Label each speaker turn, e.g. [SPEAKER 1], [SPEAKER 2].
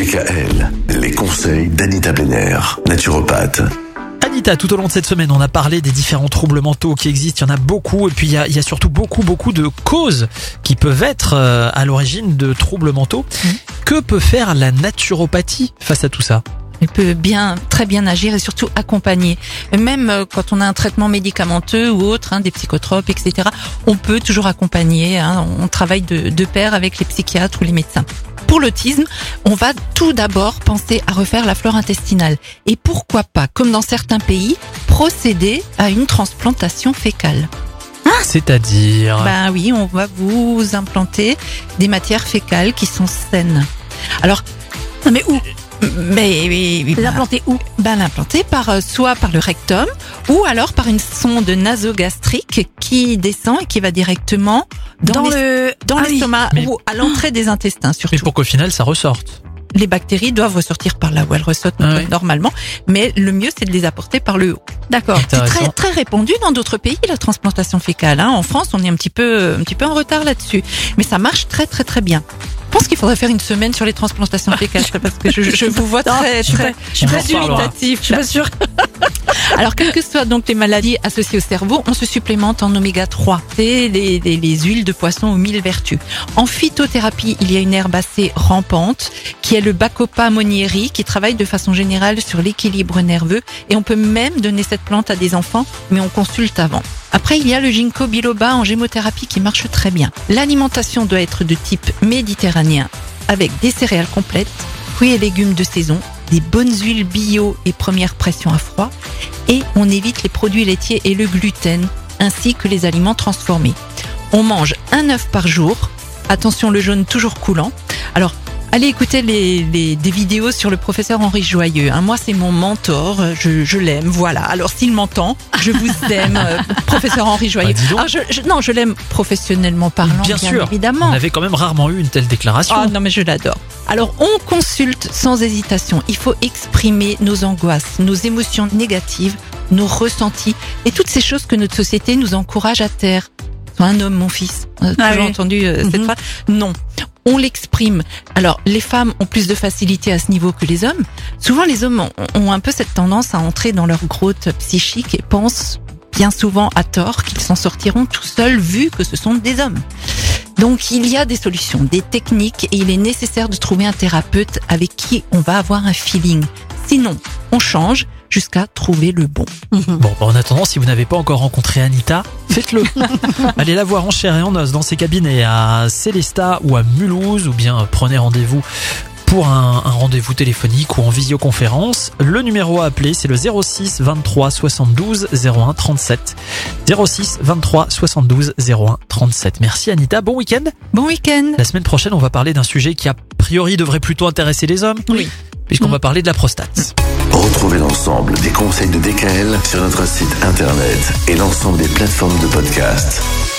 [SPEAKER 1] DKL, les conseils d'Anita Benner, naturopathe.
[SPEAKER 2] Anita, tout au long de cette semaine, on a parlé des différents troubles mentaux qui existent. Il y en a beaucoup, et puis il y a surtout beaucoup de causes qui peuvent être à l'origine de troubles mentaux. Que peut faire la naturopathie face à tout ça ?
[SPEAKER 3] Elle peut très bien agir et surtout accompagner. Même quand on a un traitement médicamenteux ou autre, des psychotropes, etc., on peut toujours accompagner. On travaille de pair avec les psychiatres ou les médecins. Pour l'autisme, on va tout d'abord penser à refaire la flore intestinale. Et pourquoi pas, comme dans certains pays, procéder à une transplantation fécale.
[SPEAKER 2] C'est-à-dire ?
[SPEAKER 3] Ben oui, on va vous implanter des matières fécales qui sont saines. Alors, non mais où ?
[SPEAKER 4] L'implanter où ?
[SPEAKER 3] L'implanter soit par le rectum ou alors par une sonde nasogastrique qui descend et qui va directement dans l'estomac ou à l'entrée des intestins surtout.
[SPEAKER 2] Mais pour qu'au final ça ressorte.
[SPEAKER 3] Les bactéries doivent ressortir par là où elles ressortent normalement, mais le mieux c'est de les apporter par le haut.
[SPEAKER 4] D'accord.
[SPEAKER 3] C'est très répandu dans d'autres pays la transplantation fécale. En France, on est un petit peu en retard là-dessus, mais ça marche très bien. Je pense qu'il faudrait faire une semaine sur les transplantations fécales parce que je vous vois très dubitatif.
[SPEAKER 4] Je suis pas sûre.
[SPEAKER 3] Alors, quelles que soient donc les maladies associées au cerveau, on se supplémente en oméga 3. C'est les huiles de poisson aux 1000 vertus. En phytothérapie, il y a une herbe assez rampante qui est le Bacopa monnieri qui travaille de façon générale sur l'équilibre nerveux et on peut même donner cette plante à des enfants, mais on consulte avant. Après, il y a le ginkgo biloba en gémothérapie qui marche très bien. L'alimentation doit être de type méditerranéen avec des céréales complètes, fruits et légumes de saison, des bonnes huiles bio et première pression à froid et on évite les produits laitiers et le gluten ainsi que les aliments transformés. On mange un œuf par jour. Attention, le jaune toujours coulant. Alors, allez écouter des vidéos sur le professeur Henri Joyeux. Moi, c'est mon mentor. Je l'aime. Voilà. Alors, s'il m'entend, je vous aime, professeur Henri Joyeux.
[SPEAKER 2] Alors,
[SPEAKER 3] je l'aime professionnellement parlant, bien sûr, évidemment.
[SPEAKER 2] On avait quand même rarement eu une telle déclaration.
[SPEAKER 3] Ah non, mais je l'adore. Alors, on consulte sans hésitation. Il faut exprimer nos angoisses, nos émotions négatives, nos ressentis et toutes ces choses que notre société nous encourage à taire. Sois un homme, mon fils. Toujours entendu cette phrase ? Non. On l'exprime. Alors, les femmes ont plus de facilité à ce niveau que les hommes. Souvent, les hommes ont un peu cette tendance à entrer dans leur grotte psychique et pensent bien souvent à tort qu'ils s'en sortiront tout seuls vu que ce sont des hommes. Donc, il y a des solutions, des techniques et il est nécessaire de trouver un thérapeute avec qui on va avoir un feeling. Sinon, on change jusqu'à trouver le bon.
[SPEAKER 2] Bon, en attendant, si vous n'avez pas encore rencontré Anita, faites-le. Allez la voir en chair et en os dans ses cabinets à Célestat ou à Mulhouse, ou bien prenez rendez-vous pour un rendez-vous téléphonique ou en visioconférence. Le numéro à appeler, c'est le 06 23 72 01 37. 06 23 72 01 37. Merci Anita, bon week-end.
[SPEAKER 3] Bon week-end.
[SPEAKER 2] La semaine prochaine, on va parler d'un sujet qui a priori devrait plutôt intéresser les hommes.
[SPEAKER 3] Oui.
[SPEAKER 2] Puisqu'on va parler de la prostate.
[SPEAKER 1] Retrouvez l'ensemble des conseils de DKL sur notre site internet et l'ensemble des plateformes de podcast.